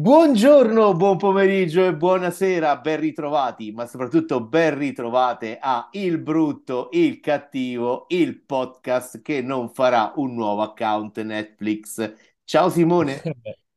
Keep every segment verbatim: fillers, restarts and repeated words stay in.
Buongiorno, buon pomeriggio e buonasera, ben ritrovati, ma soprattutto ben ritrovate a Il Brutto, il Cattivo, il podcast che non farà un nuovo account Netflix. Ciao Simone.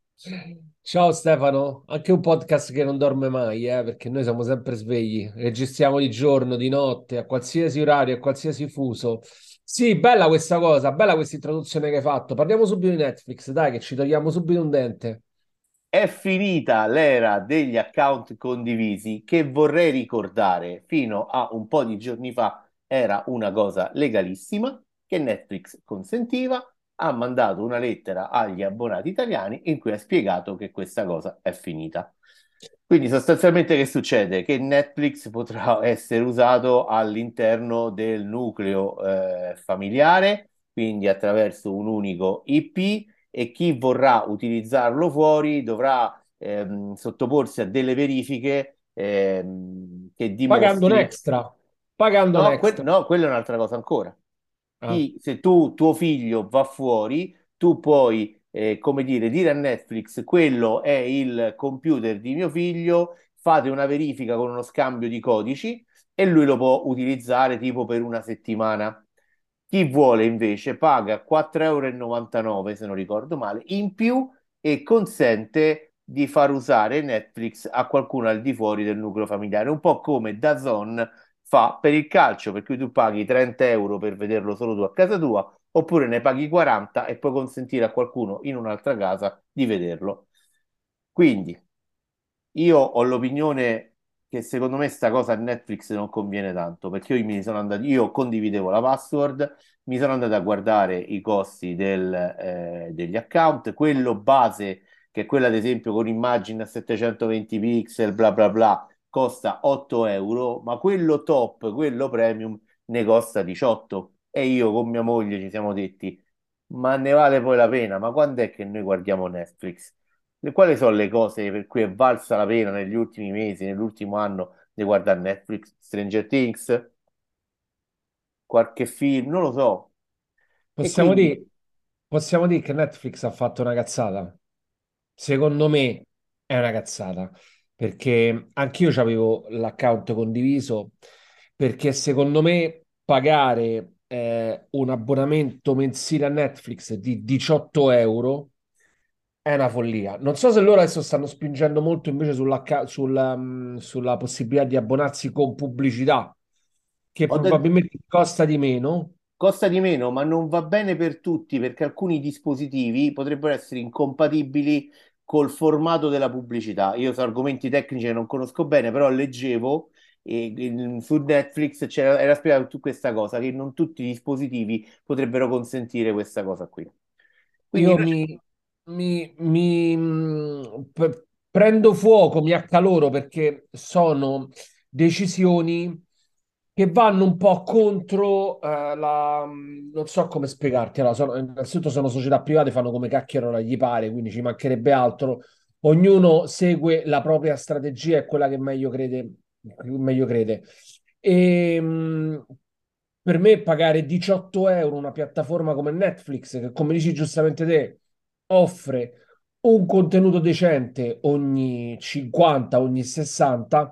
Ciao Stefano, anche un podcast che non dorme mai, eh, perché noi siamo sempre svegli, registriamo di giorno, di notte, a qualsiasi orario, a qualsiasi fuso. Sì, bella questa cosa, bella questa introduzione che hai fatto. Parliamo subito di Netflix, dai, che ci togliamo subito un dente. È finita l'era degli account condivisi che vorrei ricordare fino a un po' di giorni fa era una cosa legalissima che Netflix consentiva. Ha mandato una lettera agli abbonati italiani in cui ha spiegato che questa cosa è finita. Quindi sostanzialmente che succede? Che Netflix potrà essere usato all'interno del nucleo eh, familiare, quindi attraverso un unico I P, e chi vorrà utilizzarlo fuori dovrà ehm, sottoporsi a delle verifiche ehm, che Pagando un dimostri. extra, pagando un No, que- extra. no, quella è un'altra cosa ancora. Ah. Chi, se tu, tuo figlio va fuori, tu puoi, eh, come dire, dire a Netflix, quello è il computer di mio figlio, fate una verifica con uno scambio di codici e lui lo può utilizzare tipo per una settimana. Chi vuole invece paga quattro euro e novantanove, se non ricordo male, in più e consente di far usare Netflix a qualcuno al di fuori del nucleo familiare, un po' come DAZN fa per il calcio, per cui tu paghi trenta euro per vederlo solo tu a casa tua, oppure ne paghi quaranta e puoi consentire a qualcuno in un'altra casa di vederlo. Quindi io ho l'opinione che secondo me sta cosa a Netflix non conviene tanto, perché io mi sono andato, io condividevo la password, mi sono andato a guardare i costi del, eh, degli account, quello base, che è quello ad esempio con immagine a settecentoventi pixel, bla bla bla, costa otto euro, ma quello top, quello premium, ne costa diciotto. E io con mia moglie ci siamo detti, ma ne vale poi la pena? Ma quando è che noi guardiamo Netflix? Le- Quali sono le cose per cui è valsa la pena negli ultimi mesi, nell'ultimo anno di guardare Netflix? Stranger Things? Qualche film? Non lo so. E Possiamo quindi dire, possiamo dire che Netflix ha fatto una cazzata. Secondo me è una cazzata, perché anch'io avevo l'account condiviso, perché secondo me pagare eh, un abbonamento mensile a Netflix di diciotto euro è una follia. Non so se loro adesso stanno spingendo molto invece sulla, sulla, mm, sulla possibilità di abbonarsi con pubblicità, che ho da- probabilmente costa di meno. costa di meno, ma non va bene per tutti perché alcuni dispositivi potrebbero essere incompatibili col formato della pubblicità. Io so argomenti tecnici che non conosco bene, però leggevo e, e su Netflix c'era, era spiegato tutta questa cosa, che non tutti i dispositivi potrebbero consentire questa cosa qui. Quindi Io noi mi, mi- mi, mh, p- prendo fuoco, mi accaloro perché sono decisioni che vanno un po' contro eh, la... mh, non so come spiegarti. Allora, sono- innanzitutto sono società private, fanno come cacchio gli pare, quindi ci mancherebbe altro. Ognuno segue la propria strategia e quella che meglio crede, meglio crede. E, mh, per me pagare diciotto euro una piattaforma come Netflix, che come dici giustamente te, offre un contenuto decente ogni cinquanta, ogni sessanta,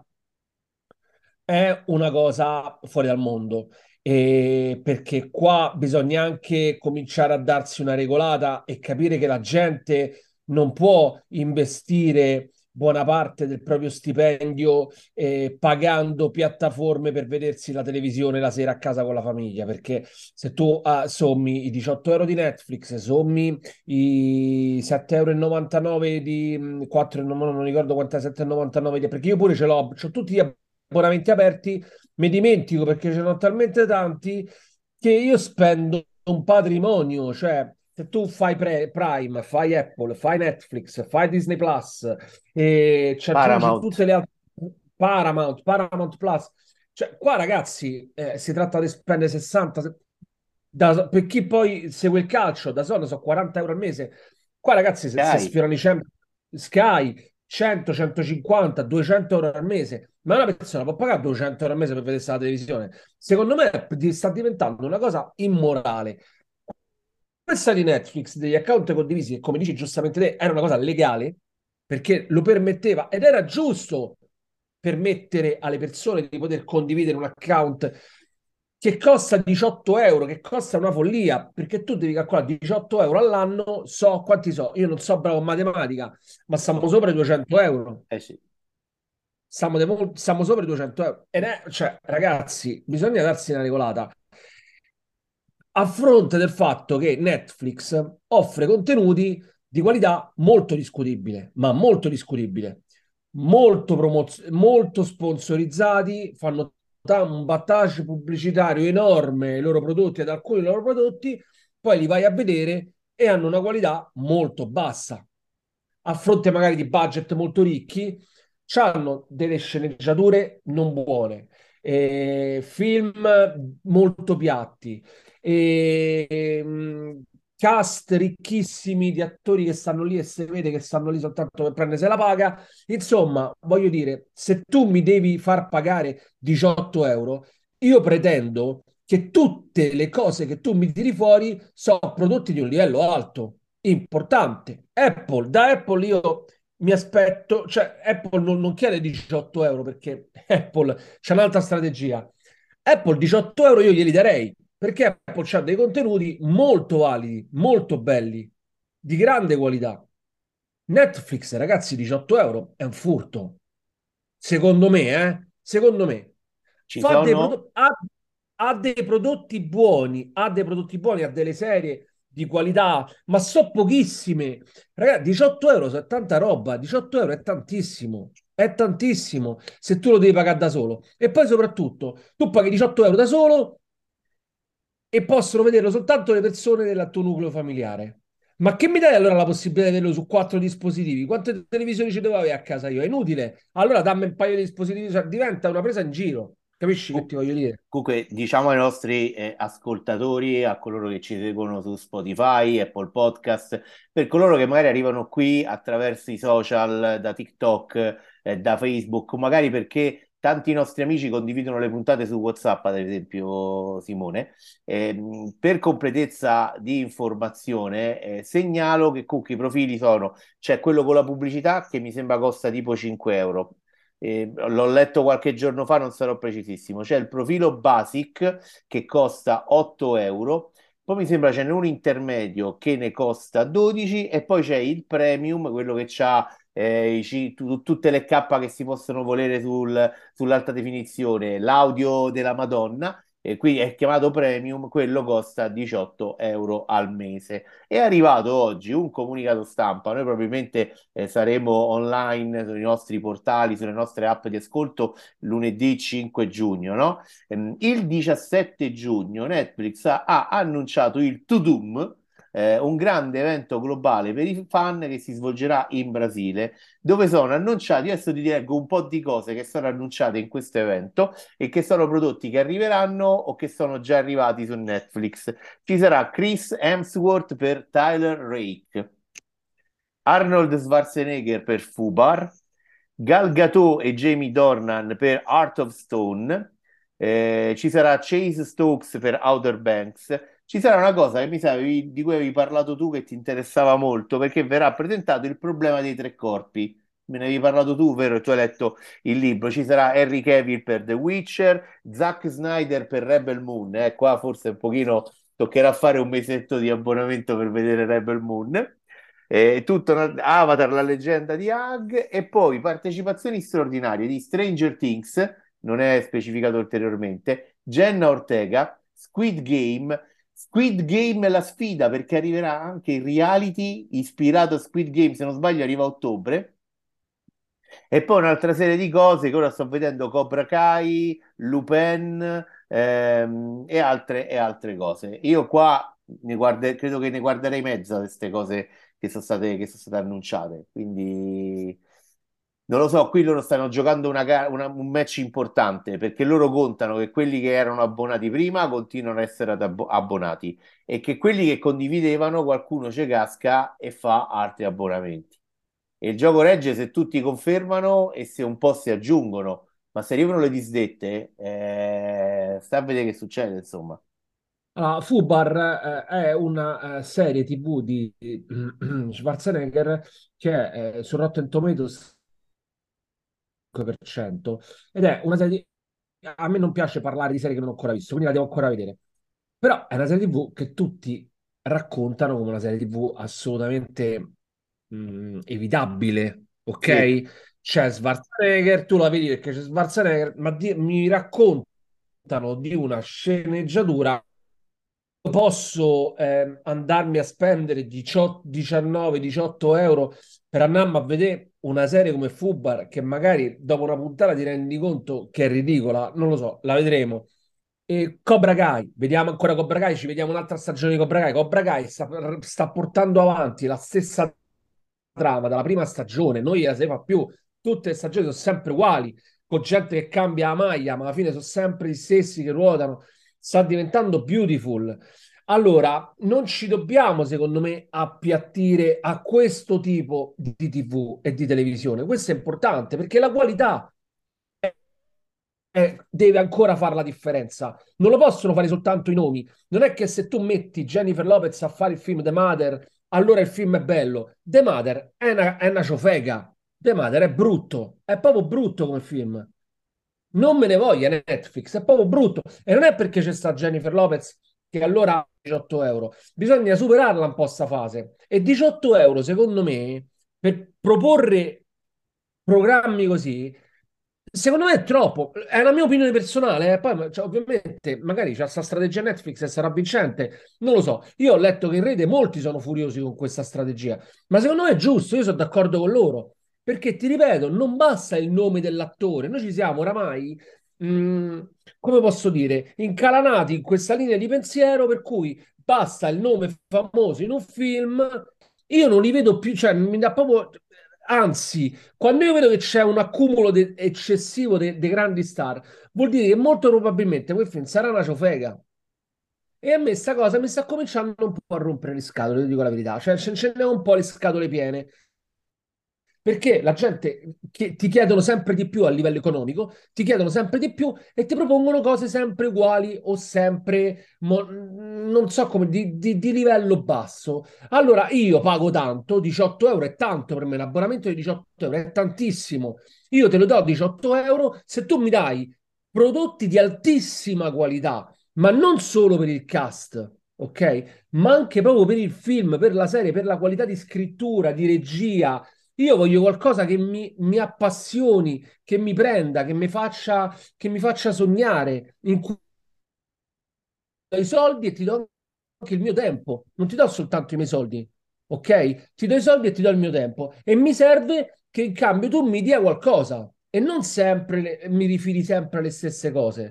è una cosa fuori dal mondo. E perché qua bisogna anche cominciare a darsi una regolata e capire che la gente non può investire buona parte del proprio stipendio eh, pagando piattaforme per vedersi la televisione la sera a casa con la famiglia. Perché se tu ah, sommi i diciotto euro di Netflix, sommi i sette euro e novantanove di mh, quattro, non, non ricordo quant'è, sette e novantanove di, perché io pure ce l'ho, ho tutti gli abbonamenti aperti, mi dimentico perché ce ne ho talmente tanti che io spendo un patrimonio, cioè se tu fai pre- Prime, fai Apple, fai Netflix, fai Disney Plus e ci aggiungi tutte Paramount. le altre Paramount, Paramount Plus, cioè qua ragazzi eh, si tratta di spendere sessanta se- da- per chi poi segue il calcio, da solo so quaranta euro al mese. Qua ragazzi se, se Dai, sfiorano i cento, Sky cento, centocinquanta, duecento euro al mese, ma una persona può pagare duecento euro al mese per vedersi la televisione? Secondo me di- sta diventando una cosa immorale. Questa di Netflix, degli account condivisi, che come dici giustamente te, era una cosa legale, perché lo permetteva ed era giusto permettere alle persone di poter condividere un account che costa diciotto euro, che costa una follia, perché tu devi calcolare diciotto euro all'anno, so quanti so, io non so bravo in matematica, ma stiamo Oh, sopra i duecento euro. eh sì. Stiamo, de- stiamo sopra i duecento euro. Ed è, cioè, ragazzi, bisogna darsi una regolata a fronte del fatto che Netflix offre contenuti di qualità molto discutibile, ma molto discutibile, molto, promoz- molto sponsorizzati, fanno ta- un battage pubblicitario enorme ai loro prodotti, ad alcuni dei loro prodotti, poi li vai a vedere e hanno una qualità molto bassa. A fronte magari di budget molto ricchi, hanno delle sceneggiature non buone, eh, film molto piatti, e, mh, cast ricchissimi di attori che stanno lì e si vede che stanno lì soltanto per prendersi la paga. Insomma, voglio dire, se tu mi devi far pagare diciotto euro, io pretendo che tutte le cose che tu mi tiri fuori sono prodotti di un livello alto, importante. Apple, da Apple io mi aspetto, cioè Apple non, non chiede diciotto euro perché Apple c'è un'altra strategia. Apple diciotto euro io glieli darei perché Apple ha dei contenuti molto validi, molto belli, di grande qualità. Netflix, ragazzi, diciotto euro è un furto. Secondo me, eh? Secondo me. Ci Fa dei sono prodotti, ha, ha dei prodotti buoni, ha dei prodotti buoni, ha delle serie di qualità, ma so pochissime. Ragazzi, diciotto euro è tanta roba, diciotto euro è tantissimo, è tantissimo se tu lo devi pagare da solo. E poi soprattutto, tu paghi diciotto euro da solo e possono vederlo soltanto le persone del tuo nucleo familiare. Ma che mi dai allora la possibilità di vederlo su quattro dispositivi? Quante televisioni ci devo avere a casa io? È inutile. Allora dammi un paio di dispositivi, cioè, diventa una presa in giro. Capisci che Co- ti voglio dire? Comunque, diciamo ai nostri eh, ascoltatori, a coloro che ci seguono su Spotify, Apple Podcast, per coloro che magari arrivano qui attraverso i social, da TikTok, eh, da Facebook, magari perché tanti nostri amici condividono le puntate su WhatsApp, ad esempio Simone, ehm, per completezza di informazione, eh, segnalo che comunque i profili sono, c'è quello con la pubblicità che mi sembra costa tipo cinque euro. Eh, l'ho letto qualche giorno fa, non sarò precisissimo. C'è il profilo Basic che costa otto euro, poi mi sembra ce n'è un intermedio che ne costa dodici e poi c'è il premium, quello che ha tutte le K che si possono volere sul- sull'alta definizione, l'audio della Madonna. E qui è chiamato premium, quello costa diciotto euro al mese. È arrivato oggi un comunicato stampa, noi probabilmente eh, saremo online sui nostri portali, sulle nostre app di ascolto lunedì cinque giugno, no? Ehm, il diciassette giugno Netflix ha, ha annunciato il Tudum, eh, un grande evento globale per i fan che si svolgerà in Brasile, dove sono annunciati, adesso ti leggo un po' di cose che sono annunciate in questo evento e che sono prodotti che arriveranno o che sono già arrivati su Netflix. Ci sarà Chris Hemsworth per Tyler Rake, Arnold Schwarzenegger per Fubar, Gal Gadot e Jamie Dornan per Art of Stone, eh, ci sarà Chase Stokes per Outer Banks, ci sarà una cosa che mi sa avevi- di cui avevi parlato tu che ti interessava molto perché verrà presentato il problema dei tre corpi. Me ne avevi parlato tu, vero? Tu hai letto il libro. Ci sarà Henry Cavill per The Witcher, Zack Snyder per Rebel Moon. Eh, qua forse un pochino toccherà fare un mesetto di abbonamento per vedere Rebel Moon. Eh, tutto Avatar, la leggenda di Aang e poi partecipazioni straordinarie di Stranger Things, non è specificato ulteriormente, Jenna Ortega, Squid Game, Squid Game la sfida perché arriverà anche il reality ispirato a Squid Game, se non sbaglio arriva a ottobre. E poi un'altra serie di cose che ora sto vedendo, Cobra Kai, Lupin ehm, e altre, e altre cose. Io qua ne guarde- credo che ne guarderei mezza di queste cose che sono state, che sono state annunciate. Quindi non lo so, qui loro stanno giocando una ga- una- un match importante perché loro contano che quelli che erano abbonati prima continuano a essere ad abbo- abbonati e che quelli che condividevano qualcuno ci casca e fa altri abbonamenti. E il gioco regge se tutti confermano e se un po' si aggiungono, ma se arrivano le disdette, eh, sta a vedere che succede, insomma. Allora, Fubar eh, è una eh, serie T V di di Schwarzenegger che è eh, su Rotten Tomatoes cinque per cento ed è una serie di... A me non piace parlare di serie che non ho ancora visto, quindi la devo ancora vedere. Però è una serie T V che tutti raccontano come una serie T V assolutamente mh, evitabile, Sì. ok? C'è Schwarzenegger, tu la vedi perché c'è Schwarzenegger, ma di- mi raccontano di una sceneggiatura. Posso ehm, andarmi a spendere diciotto, diciannove, diciotto euro per andarmi a vedere una serie come Fubar che magari dopo una puntata ti rendi conto che è ridicola, non lo so, la vedremo. E Cobra Kai, vediamo ancora Cobra Kai, ci vediamo un'altra stagione di Cobra Kai. Cobra Kai sta, sta portando avanti la stessa trama dalla prima stagione, noi la si fa più, tutte le stagioni sono sempre uguali, con gente che cambia la maglia, ma alla fine sono sempre gli stessi che ruotano, sta diventando beautiful. Allora, non ci dobbiamo, secondo me, appiattire a questo tipo di T V e di televisione. Questo è importante perché la qualità eh, deve ancora fare la differenza. Non lo possono fare soltanto i nomi. Non è che se tu metti Jennifer Lopez a fare il film The Mother, allora il film è bello. The Mother è una, è una ciofega. The Mother è brutto. È proprio brutto come film. Non me ne voglia Netflix, è proprio brutto. E non è perché c'è sta Jennifer Lopez che allora ha diciotto euro. Bisogna superarla un po' sta fase. E diciotto euro, secondo me, per proporre programmi così, secondo me è troppo. È una mia opinione personale. eh. Poi, cioè, ovviamente, magari c'è questa strategia Netflix e sarà vincente. Non lo so. Io ho letto che in rete molti sono furiosi con questa strategia, ma secondo me è giusto. Io sono d'accordo con loro. Perché ti ripeto, non basta il nome dell'attore. Noi ci siamo oramai, mh, come posso dire, incalanati in questa linea di pensiero per cui basta il nome famoso in un film. Io non li vedo più, cioè mi dà proprio. Anzi, quando io vedo che c'è un accumulo de- eccessivo di grandi star, vuol dire che molto probabilmente quel film sarà una ciofega. E a me sta cosa mi sta cominciando un po' a rompere le scatole, ti dico la verità. Cioè, ce ce ne ho un po' le scatole piene. Perché la gente che ti chiedono sempre di più a livello economico, ti chiedono sempre di più e ti propongono cose sempre uguali o sempre, mo- non so come, di, di- di livello basso. Allora io pago tanto, diciotto euro è tanto per me, un abbonamento di diciotto euro è tantissimo. Io te lo do diciotto euro se tu mi dai prodotti di altissima qualità, ma non solo per il cast, ok? Ma anche proprio per il film, per la serie, per la qualità di scrittura, di regia. Io voglio qualcosa che mi, mi appassioni, che mi prenda, che mi faccia, che mi faccia sognare, in cui do i soldi e ti do anche il mio tempo. Non ti do soltanto i miei soldi, ok? Ti do i soldi e ti do il mio tempo. E mi serve che in cambio tu mi dia qualcosa e non sempre le- mi rifili sempre alle stesse cose.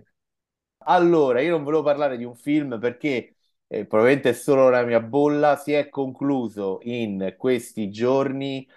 Allora, io non volevo parlare di un film perché eh, probabilmente è solo la mia bolla. Si è concluso in questi giorni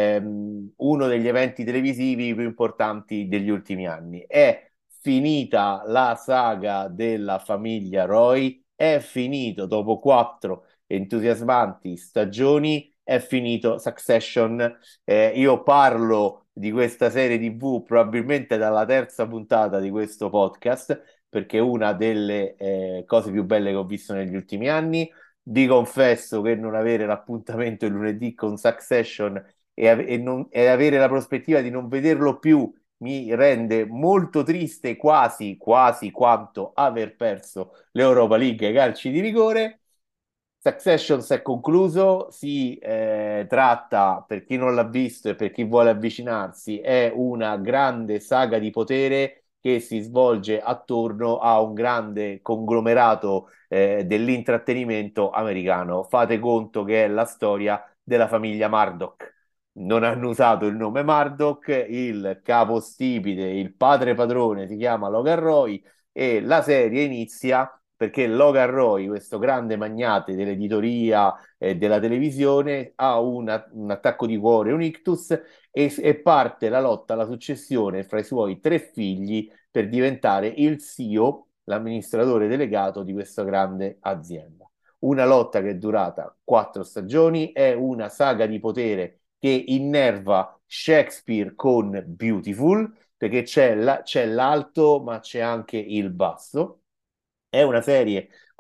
ehm, uno degli eventi televisivi più importanti degli ultimi anni. È finita la saga della famiglia Roy, è finito dopo quattro entusiasmanti stagioni, è finito Succession. Eh, io parlo di questa serie T V probabilmente dalla terza puntata di questo podcast perché è una delle eh, cose più belle che ho visto negli ultimi anni. Vi confesso che non avere l'appuntamento il lunedì con Succession e, ave- e non- e avere la prospettiva di non vederlo più mi rende molto triste, quasi, quasi quanto aver perso l'Europa League ai calci di rigore. Succession si è concluso, si eh, tratta, per chi non l'ha visto e per chi vuole avvicinarsi, è una grande saga di potere che si svolge attorno a un grande conglomerato eh, dell'intrattenimento americano. Fate conto che è la storia della famiglia Murdoch. Non hanno usato il nome Murdoch, il capostipite, il padre padrone si chiama Logan Roy e la serie inizia perché Logan Roy, questo grande magnate dell'editoria e della televisione, ha una- un attacco di cuore, un ictus, e, e parte la lotta alla successione fra i suoi tre figli per diventare il C E O, l'amministratore delegato di questa grande azienda. Una lotta che è durata quattro stagioni, è una saga di potere che innerva Shakespeare con Beautiful, perché c'è la- c'è l'alto, ma c'è anche il basso. È una serie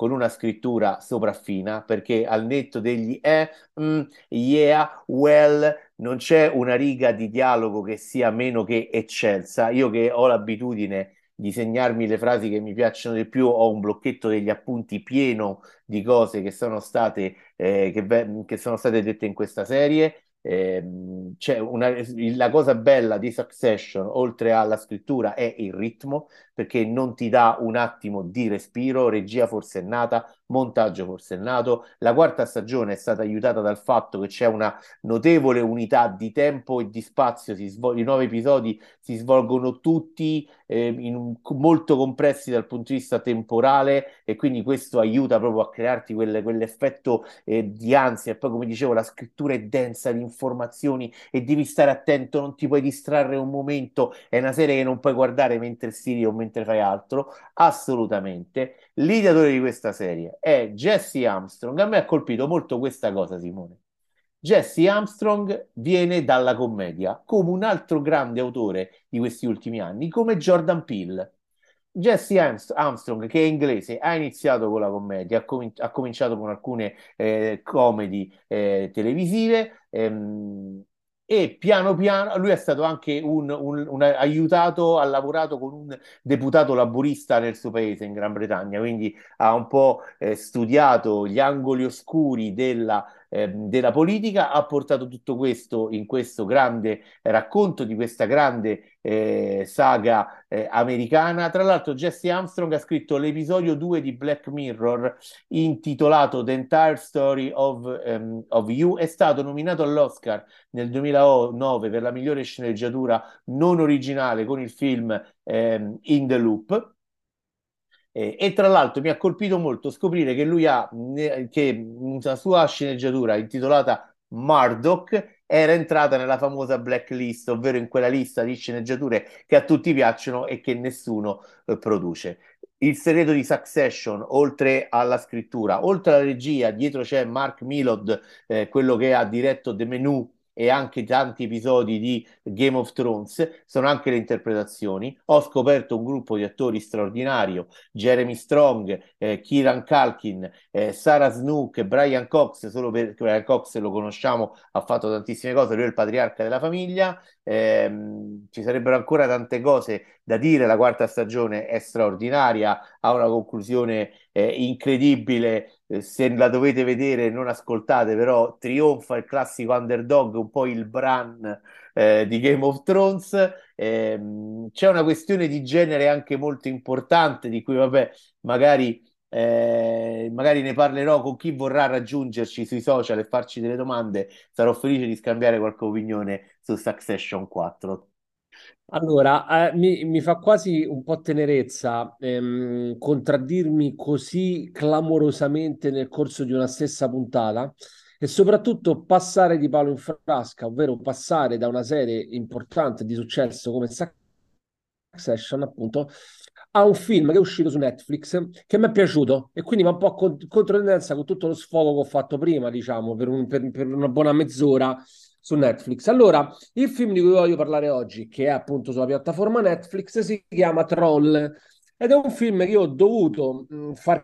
con una scrittura sopraffina, perché al netto degli eh, mm, yeah, well, non c'è una riga di dialogo che sia meno che eccelsa. Io che ho l'abitudine di segnarmi le frasi che mi piacciono di più, ho un blocchetto degli appunti pieno di cose che sono state, eh, che, ve- che sono state dette in questa serie. Ehm, c'è una- la cosa bella di Succession, oltre alla scrittura, è il ritmo, perché non ti dà un attimo di respiro, regia forsennata, montaggio forsennato. La quarta stagione è stata aiutata dal fatto che c'è una notevole unità di tempo e di spazio. Si svol- I nuovi episodi si svolgono tutti eh, in un- molto compressi dal punto di vista temporale, e quindi questo aiuta proprio a crearti quelle- quell'effetto eh, di ansia. E poi, come dicevo, la scrittura è densa di informazioni e devi stare attento, non ti puoi distrarre un momento. È una serie che non puoi guardare mentre studi o mentre fai altro, assolutamente. L'ideatore di questa serie è Jesse Armstrong. A me ha colpito molto questa cosa, Simone. Jesse Armstrong viene dalla commedia, come un altro grande autore di questi ultimi anni, come Jordan Peele. Jesse Armst- Armstrong, che è inglese, ha iniziato con la commedia, ha, comin- ha cominciato con alcune eh, comedy eh, televisive, ehm, e piano piano lui è stato anche un, un- un aiutato, ha lavorato con un deputato laburista nel suo paese, in Gran Bretagna, quindi ha un po' eh, studiato gli angoli oscuri della, ehm, della politica, ha portato tutto questo in questo grande racconto di questa grande eh, saga eh, americana. Tra l'altro, Jesse Armstrong ha scritto l'episodio due di Black Mirror intitolato The Entire Story of, ehm, of You. È stato nominato all'Oscar nel duemilanove per la migliore sceneggiatura non originale con il film ehm, In the Loop. Eh, e tra l'altro mi ha colpito molto scoprire che lui ha, ne- che una sua sceneggiatura intitolata Murdoch era entrata nella famosa blacklist, ovvero in quella lista di sceneggiature che a tutti piacciono e che nessuno eh, produce. Il segreto di Succession, oltre alla scrittura, oltre alla regia, dietro c'è Mark Milod, eh, quello che ha diretto The Menu e anche tanti episodi di Game of Thrones, sono anche le interpretazioni. Ho scoperto un gruppo di attori straordinario: Jeremy Strong, eh, Kieran Culkin, eh, Sarah Snook, Brian Cox. Solo per Brian Cox lo conosciamo, ha fatto tantissime cose, lui è il patriarca della famiglia. Ehm, ci sarebbero ancora tante cose da dire. La quarta stagione è straordinaria, ha una conclusione eh, incredibile. Eh, se la dovete vedere, non ascoltate, però trionfa il classico underdog, un po' il Bran eh, di Game of Thrones. Ehm, c'è una questione di genere anche molto importante, di cui, vabbè, magari, eh, magari ne parlerò con chi vorrà raggiungerci sui social e farci delle domande. Sarò felice di scambiare qualche opinione su Succession quattro. Allora, eh, mi, mi fa quasi un po' tenerezza ehm, contraddirmi così clamorosamente nel corso di una stessa puntata e soprattutto passare di palo in frasca, ovvero passare da una serie importante di successo come Succession, appunto, a un film che è uscito su Netflix che mi è piaciuto e quindi va un po' con- controtendenza con tutto lo sfogo che ho fatto prima, diciamo, per, un- per- per una buona mezz'ora su Netflix. Allora, il film di cui voglio parlare oggi, che è appunto sulla piattaforma Netflix, si chiama Troll ed è un film che io ho dovuto mh, far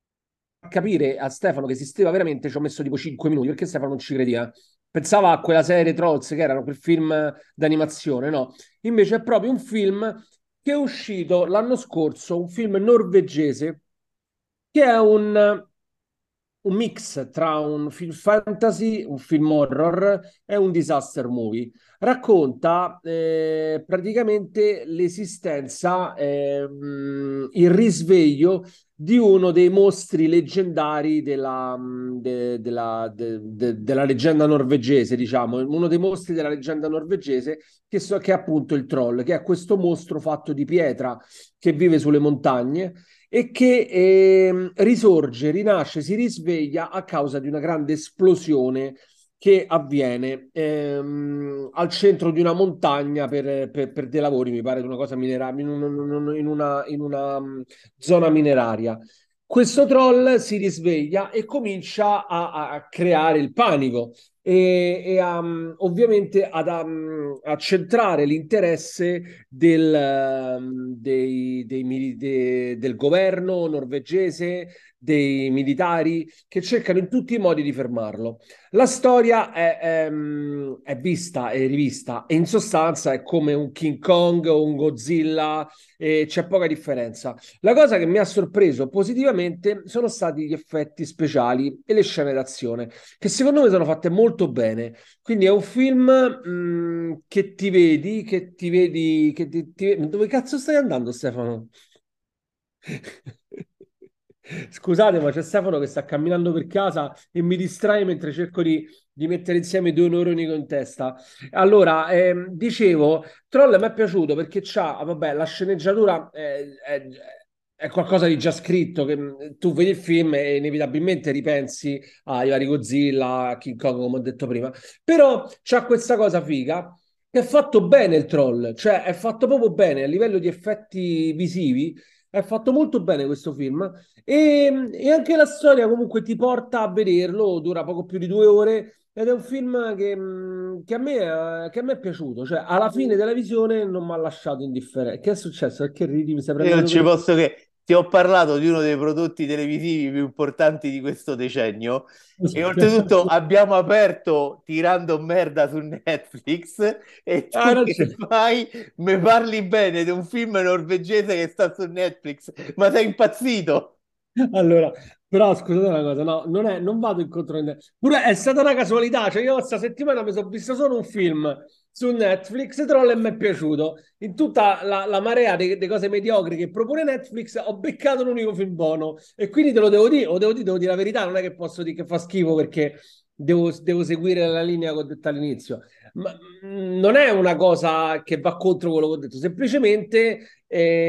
capire a Stefano che esisteva veramente. Ci ho messo tipo cinque minuti perché Stefano non ci credeva. Pensava a quella serie Trolls che erano quel film d'animazione, no? Invece è proprio un film che è uscito l'anno scorso, un film norvegese che è un, un mix tra un film fantasy, un film horror e un disaster movie. Racconta eh, praticamente l'esistenza, ehm, il risveglio di uno dei mostri leggendari della, de- della, de- de- della leggenda norvegese, diciamo, uno dei mostri della leggenda norvegese che, so, che è appunto il troll, che è questo mostro fatto di pietra che vive sulle montagne e che ehm, risorge, rinasce, si risveglia a causa di una grande esplosione che avviene ehm, al centro di una montagna per, per- per dei lavori, mi pare, di una cosa mineraria, in, un- in una, in una mh, zona mineraria. Questo troll si risveglia e comincia a, a creare il panico e, e a, mh, ovviamente ad, a, mh, a centrare l'interesse del, ehm, dei- dei mili- de- del governo norvegese, dei militari che cercano in tutti i modi di fermarlo. La storia è, è, mh, è vista e rivista e in sostanza è come un King Kong o un Godzilla e c'è poca differenza. La cosa che mi ha sorpreso positivamente sono stati gli effetti speciali e le scene d'azione, che secondo me sono fatte molto bene. Quindi è un film mh, che ti vedi, che ti vedi, che ti, ti- Dove cazzo stai andando, Stefano? Scusate, ma c'è Stefano che sta camminando per casa e mi distrae mentre cerco di, di mettere insieme due neuroni con testa. Allora, ehm, dicevo, Troll mi è piaciuto perché c'ha, ah, vabbè, la sceneggiatura è, è- è qualcosa di già scritto, che mh, tu vedi il film e inevitabilmente ripensi ai vari Godzilla, a King Kong, come ho detto prima. Però c'ha questa cosa figa che è fatto bene il Troll, cioè è fatto proprio bene a livello di effetti visivi. È fatto molto bene questo film e, e anche la storia comunque ti porta a vederlo, dura poco più di due ore ed è un film che, mh, che a me, eh, che a me è piaciuto, cioè alla fine della visione non mi ha lasciato indifferente. Che è successo? Perché ridi? Mi stai Io non prendendo per ci il... posso che ti ho parlato di uno dei prodotti televisivi più importanti di questo decennio e oltretutto abbiamo aperto tirando merda su Netflix e Ah, tu non c'è. che fai? Mi parli bene di un film norvegese che sta su Netflix, ma sei impazzito? Allora, però scusate una cosa, no, non, è, non vado incontro. Pure è stata una casualità, cioè io questa settimana mi sono visto solo un film su Netflix, Troll e mi è piaciuto. In tutta la, la marea di cose mediocri che propone Netflix ho beccato un unico film buono e quindi te lo devo dire, o devo dire, devo dire la verità, non è che posso dire che fa schifo perché devo, devo seguire la linea che ho detto all'inizio. Ma mh, non è una cosa che va contro quello che ho detto, semplicemente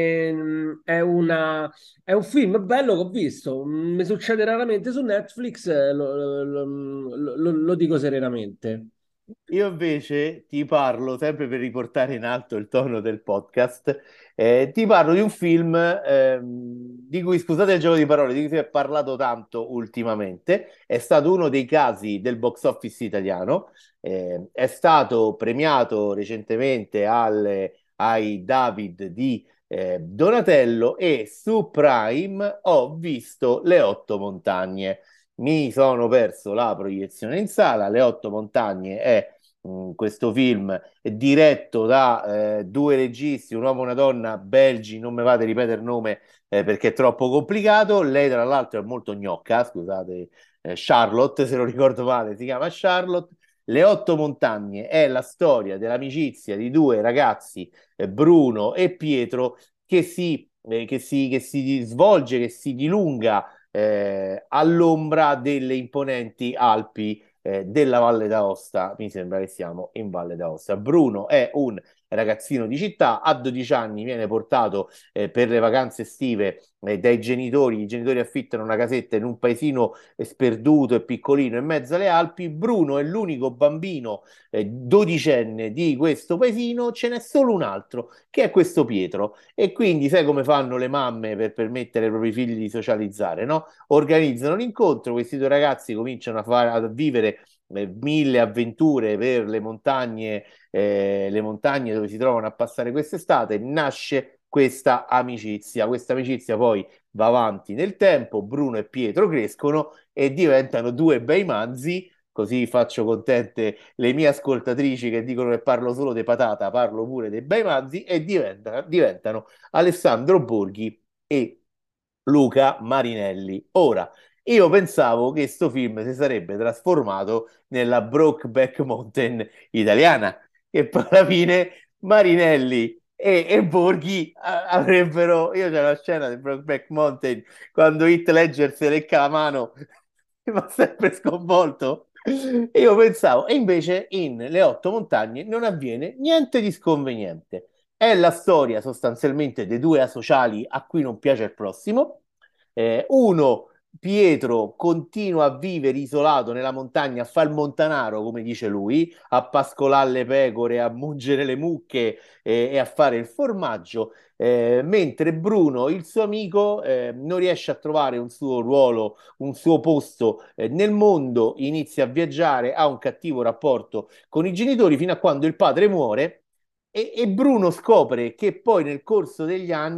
ehm, è una è un film bello che ho visto, mi succede raramente su Netflix, eh, lo, lo- lo- lo- lo dico serenamente. Io invece ti parlo, sempre per riportare in alto il tono del podcast, eh, ti parlo di un film ehm, di cui, scusate il gioco di parole, di cui si è parlato tanto ultimamente. È stato uno dei casi del box office italiano, eh, è stato premiato recentemente alle- ai David di eh, Donatello e su Prime ho visto Le Otto Montagne. Mi sono perso la proiezione in sala. Le Otto Montagne è mh, questo film è diretto da eh, due registi, un uomo e una donna belgi, non mi vate a ripetere il nome eh, perché è troppo complicato. Lei, tra l'altro, è molto gnocca, scusate, eh, Charlotte, se non ricordo male, si chiama Charlotte. Le Otto Montagne è la storia dell'amicizia di due ragazzi, eh, Bruno e Pietro, che si, eh, che si, che si svolge, che si dilunga eh, all'ombra delle imponenti Alpi eh, della Valle d'Aosta. Mi sembra che siamo in Valle d'Aosta. Bruno è un ragazzino di città, a dodici anni viene portato eh, per le vacanze estive eh, dai genitori. I genitori affittano una casetta in un paesino eh, sperduto e piccolino in mezzo alle Alpi. Bruno è l'unico bambino eh, dodicenne di questo paesino, ce n'è solo un altro, che è questo Pietro. E quindi sai come fanno le mamme per permettere ai propri figli di socializzare, no? Organizzano l'incontro, questi due ragazzi cominciano a, fare, a vivere eh, mille avventure per le montagne, eh, le montagne dove si trovano a passare quest'estate, nasce questa amicizia. Questa amicizia poi va avanti nel tempo, Bruno e Pietro crescono e diventano due bei manzi. Così faccio contente le mie ascoltatrici che dicono che parlo solo di patata, parlo pure dei bei manzi e diventano, diventano Alessandro Borghi e Luca Marinelli. Ora, io pensavo che sto film si sarebbe trasformato nella Brokeback Mountain italiana, che poi alla fine Marinelli e, e Borghi a- avrebbero. Io c'è la scena di Brokeback Mountain quando Heath Ledger si lecca la mano, mi ha sempre sconvolto. E io pensavo, e invece in Le Otto Montagne non avviene niente di sconveniente. È la storia sostanzialmente dei due asociali a cui non piace il prossimo. Eh, uno, Pietro, continua a vivere isolato nella montagna, a fare il montanaro, come dice lui, a pascolare le pecore, a mungere le mucche eh, e a fare il formaggio, eh, mentre Bruno, il suo amico, eh, non riesce a trovare un suo ruolo, un suo posto eh, nel mondo, inizia a viaggiare, ha un cattivo rapporto con i genitori fino a quando il padre muore e, e Bruno scopre che poi nel corso degli anni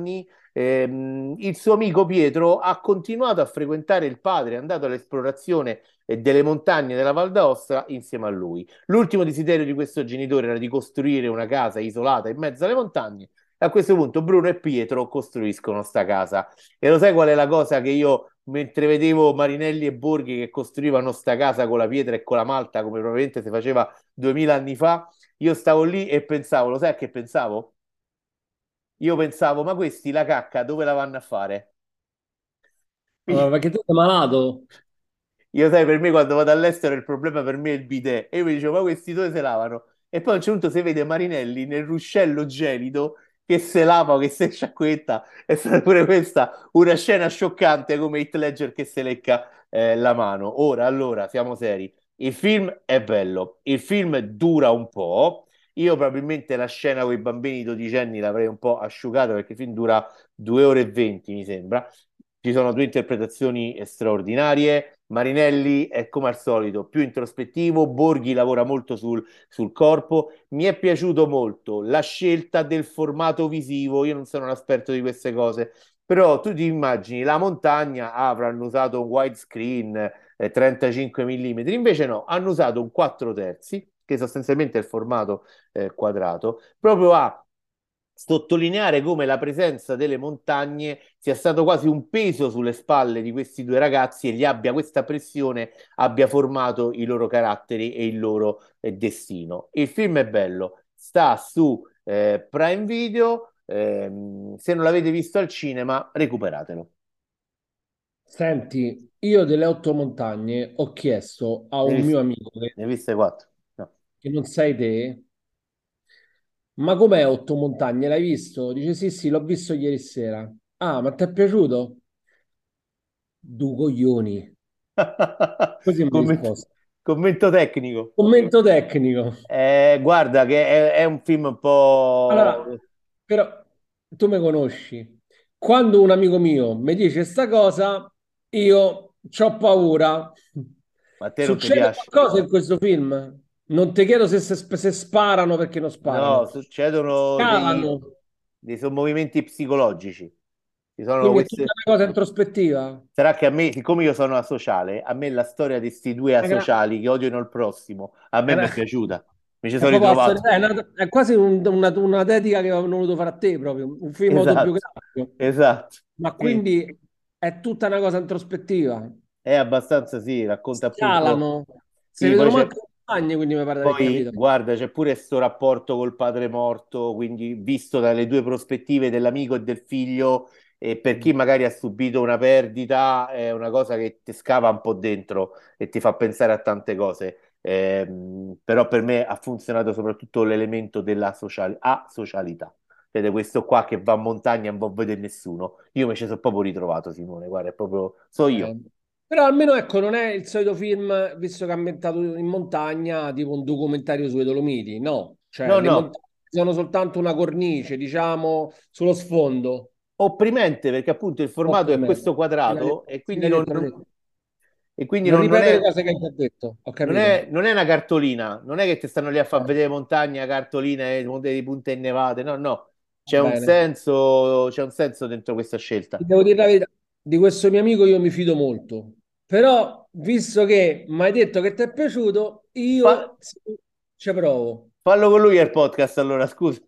ehm, il suo amico Pietro ha continuato a frequentare il padre, è andato all'esplorazione eh, delle montagne della Val d'Aosta insieme a lui. L'ultimo desiderio di questo genitore era di costruire una casa isolata in mezzo alle montagne. A questo punto Bruno e Pietro costruiscono sta casa. E lo sai qual è la cosa che io, mentre vedevo Marinelli e Borghi che costruivano sta casa con la pietra e con la malta, come probabilmente si faceva duemila anni fa, io stavo lì e pensavo, lo sai a che pensavo? Io pensavo, ma questi la cacca dove la vanno a fare? Uh, perché tu sei malato. Io sai, per me quando vado all'estero il problema per me è il bidet. E io mi dicevo, ma questi dove se lavano? E poi a un certo punto si vede Marinelli nel ruscello gelido che se lava o che se sciacquetta. È stata pure questa una scena scioccante come Heath Ledger che se lecca eh, la mano. Ora, allora, siamo seri. Il film è bello, il film dura un po'. Io probabilmente la scena con i bambini dodicenni l'avrei un po' asciugata perché il film dura due ore e venti, mi sembra. Ci sono due interpretazioni straordinarie. Marinelli è come al solito più introspettivo, Borghi lavora molto sul, sul corpo. Mi è piaciuto molto la scelta del formato visivo. Io non sono un esperto di queste cose, però tu ti immagini la montagna, ah, avranno usato un widescreen eh, trentacinque millimetri, invece no, hanno usato un quattro terzi, che sostanzialmente è il formato eh, quadrato, proprio a sottolineare come la presenza delle montagne sia stato quasi un peso sulle spalle di questi due ragazzi e gli abbia questa pressione abbia formato i loro caratteri e il loro eh, destino. Il film è bello, sta su eh, Prime Video, ehm, se non l'avete visto al cinema, recuperatelo. Senti, io delle otto montagne ho chiesto a Ne hai un mio viste, amico che, ne hai viste quattro? No. che non sei te, ma com'è otto montagne? L'hai visto? Dice sì, sì, l'ho visto ieri sera. Ah, ma ti è piaciuto? Du coglioni. Così mi ha Commento, risposto. commento tecnico. Commento tecnico. Eh, guarda che è, è un film un po'. Allora, però tu mi conosci. Quando un amico mio mi dice sta cosa, io ho paura. Ma a te non ti Succede piace? qualcosa in questo film? Non ti chiedo se, se- se sparano perché non No, sparano. succedono dei, Scalano. dei sommovimenti psicologici. Ci sono Quindi è tutta queste. una cosa introspettiva. Sarà che a me, siccome io sono asociale, a me la storia di questi due È, gra- asociali che odiano il prossimo, a è me mi una- è piaciuta. Mi ci è sono proprio la ritrovato. storia- è una- è quasi un- una, una dedica che avevano voluto fare a te proprio, un film Esatto, autobiografico. esatto. Ma Quindi quindi è tutta una cosa introspettiva. è abbastanza, sì, racconta appunto. Scalano. Se Sì, poi vedono c'è. manco le montagne, quindi mi pare di aver Poi, capito. guarda, c'è pure questo rapporto col padre morto, quindi visto dalle due prospettive dell'amico e del figlio, e per chi magari ha subito una perdita, è una cosa che ti scava un po' dentro e ti fa pensare a tante cose. Ehm, però per me ha funzionato soprattutto l'elemento della social- asocialità. Vede questo qua che va in montagna e non può vedere nessuno. Io mi ci sono proprio ritrovato, Simone, guarda, è proprio. So io. Eh, Però almeno ecco, non è il solito film, visto che è ambientato in montagna, tipo un documentario sulle Dolomiti. No, cioè No, le no, montagne sono soltanto una cornice, diciamo, sullo sfondo. opprimente perché appunto il Oh, formato per è me. questo Sì, l'hai quadrato detto, e sì, quindi l'hai non, detto, l'hai detto. e quindi Non non, non ripetere è, le cose che hai già detto, ho non capito. è, non è una cartolina, non è che ti stanno lì a far Eh, vedere montagna, cartoline, e monte di punte innevate, no, no, Va c'è un bene. senso, c'è un senso dentro questa scelta. Ti devo dire la verità, di questo mio amico io mi fido molto. Però, visto che mi hai detto che ti è piaciuto, Fa- io sì, ci provo. fallo con lui il podcast allora, scusa.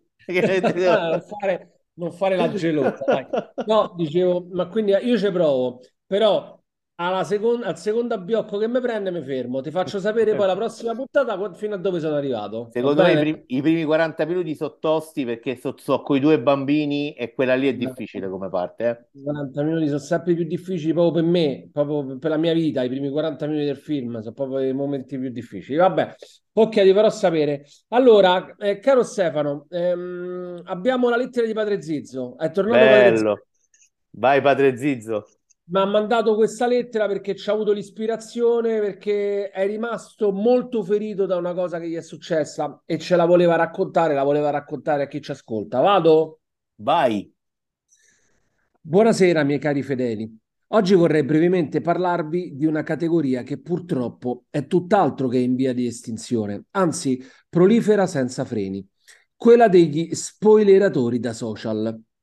Non fare, non fare la gelosa, dai. No, dicevo, ma quindi io ci provo, però alla secon- al secondo abbiocco che mi prende mi fermo. Ti faccio sapere poi la prossima puntata qu- fino a dove sono arrivato. Va Secondo me i, bene? prim- i primi quaranta minuti sono tosti perché so, so con i due bambini e quella lì è difficile come parte, eh. quaranta minuti sono sempre più difficili proprio per me, proprio per la mia vita. I primi quaranta minuti del film sono proprio i momenti più difficili. Vabbè, ok, ti farò sapere. Allora, eh, caro Stefano, ehm, abbiamo la lettera di Padre Zizzo. È tornato Padre Zizzo. Bello. Vai, padre Zizzo. Mi ha mandato questa lettera perché ci ha avuto l'ispirazione, perché è rimasto molto ferito da una cosa che gli è successa e ce la voleva raccontare, la voleva raccontare a chi ci ascolta. Vado? Vai. Buonasera, miei cari fedeli. Oggi vorrei brevemente parlarvi di una categoria che purtroppo è tutt'altro che in via di estinzione, anzi prolifera senza freni, quella degli spoileratori da social.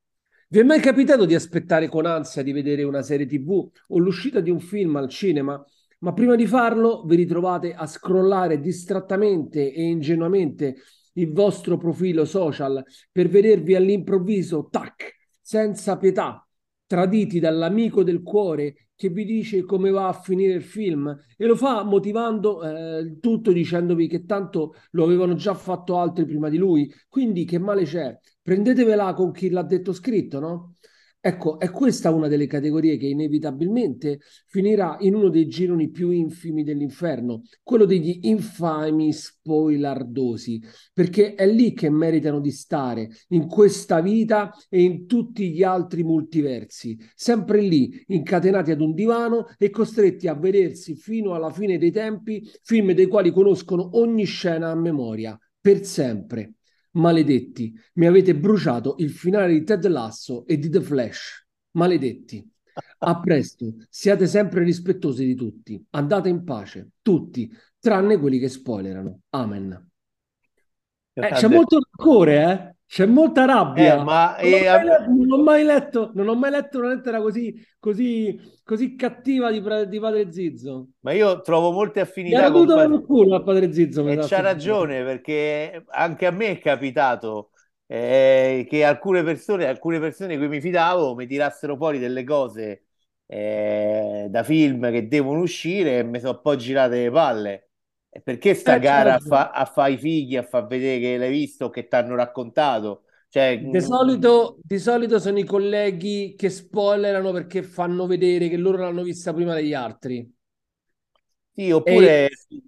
Vi è mai capitato di aspettare con ansia di vedere una serie T V o l'uscita di un film al cinema, ma prima di farlo vi ritrovate a scrollare distrattamente e ingenuamente il vostro profilo social per vedervi all'improvviso, tac, senza pietà, traditi dall'amico del cuore che vi dice come va a finire il film e lo fa motivando eh, il tutto dicendovi che tanto lo avevano già fatto altri prima di lui, quindi che male c'è? Prendetevela con chi l'ha detto scritto, no? Ecco, è questa una delle categorie che inevitabilmente finirà in uno dei gironi più infimi dell'inferno, quello degli infami spoilardosi, perché è lì che meritano di stare, in questa vita e in tutti gli altri multiversi, sempre lì, incatenati ad un divano e costretti a vedersi fino alla fine dei tempi film dei quali conoscono ogni scena a memoria, per sempre. Maledetti, mi avete bruciato il finale di Ted Lasso e di The Flash. Maledetti. A presto, siate sempre rispettosi di tutti. Andate in pace, tutti, tranne quelli che spoilerano. Amen. Eh, c'è Grande. molto rancore, eh? C'è molta Eh, rabbia. ma Non ho eh, mai a- letto, non ho mai letto, non ho mai letto una lettera così, così, così cattiva di, pra- di Padre Zizzo. ma io trovo molte Gli affinità hanno con dato pa- nel culo a Padre Zizzo, mi e sa, c'ha sto giro. ragione perché anche a me è capitato eh, che alcune persone, alcune persone di cui mi fidavo mi tirassero fuori delle cose eh, da film che devono uscire e mi sono un po' girate le palle. E perché sta Eh, c'ha gara a, ragione. fa, a fare i fighi, a far vedere che l'hai visto o che ti hanno raccontato? Cioè, Di mm, solito, di solito sono i colleghi che spoilerano perché fanno vedere che loro l'hanno vista prima degli altri. sì, E oppure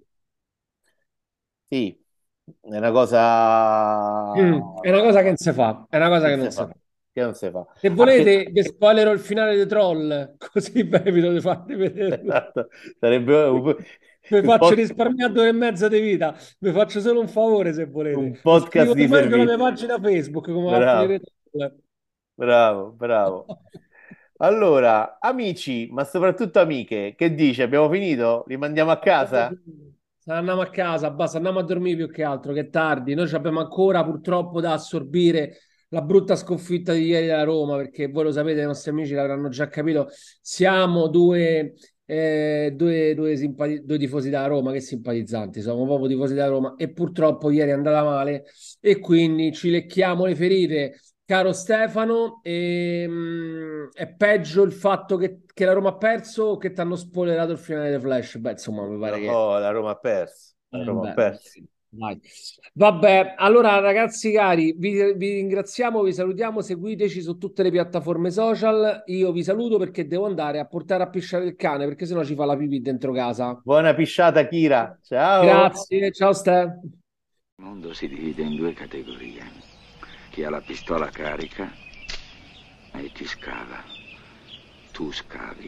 sì, è una cosa mm, è una cosa che non si fa, è una cosa che che non non si si fa, fa. che non si fa. Se Ah, pe- volete, vi spoilerò il finale di Troll, così vi evito di farvi vederlo. esatto, sarebbe un, Vi un faccio pod- risparmiare due ore e mezza di vita. Vi faccio solo un favore se volete. un Lo podcast scrivo di domani sulla mia servizio. pagina Facebook come va a Bravo, finire Troll. bravo, bravo. Allora, amici, ma soprattutto amiche, che dici? Abbiamo finito? Li mandiamo a Abbiamo casa? finito. Andiamo a casa, basta, andiamo a dormire più che altro, che è tardi. Noi ci abbiamo ancora purtroppo da assorbire la brutta sconfitta di ieri della Roma, perché voi lo sapete, i nostri amici l'avranno già capito. Siamo due, eh, due, due, simpati- due tifosi da Roma, che simpatizzanti, siamo proprio tifosi da Roma e purtroppo ieri è andata male e quindi ci lecchiamo le ferite. Caro Stefano, ehm, è peggio il fatto che, che la Roma ha perso o che ti hanno spoilerato il finale di Flash? Beh, insomma, mi pare che... No, la Roma ha perso. La Eh, Roma ha beh, perso. dai. Vabbè, allora ragazzi cari, vi, vi ringraziamo, vi salutiamo, seguiteci su tutte le piattaforme social. Io vi saluto perché devo andare a portare a pisciare il cane, perché sennò ci fa la pipì dentro casa. Buona pisciata, Kira. Ciao. Grazie, ciao Ste. Il mondo si divide in due categorie. Chi ha la pistola carica e chi scava. Tu scavi.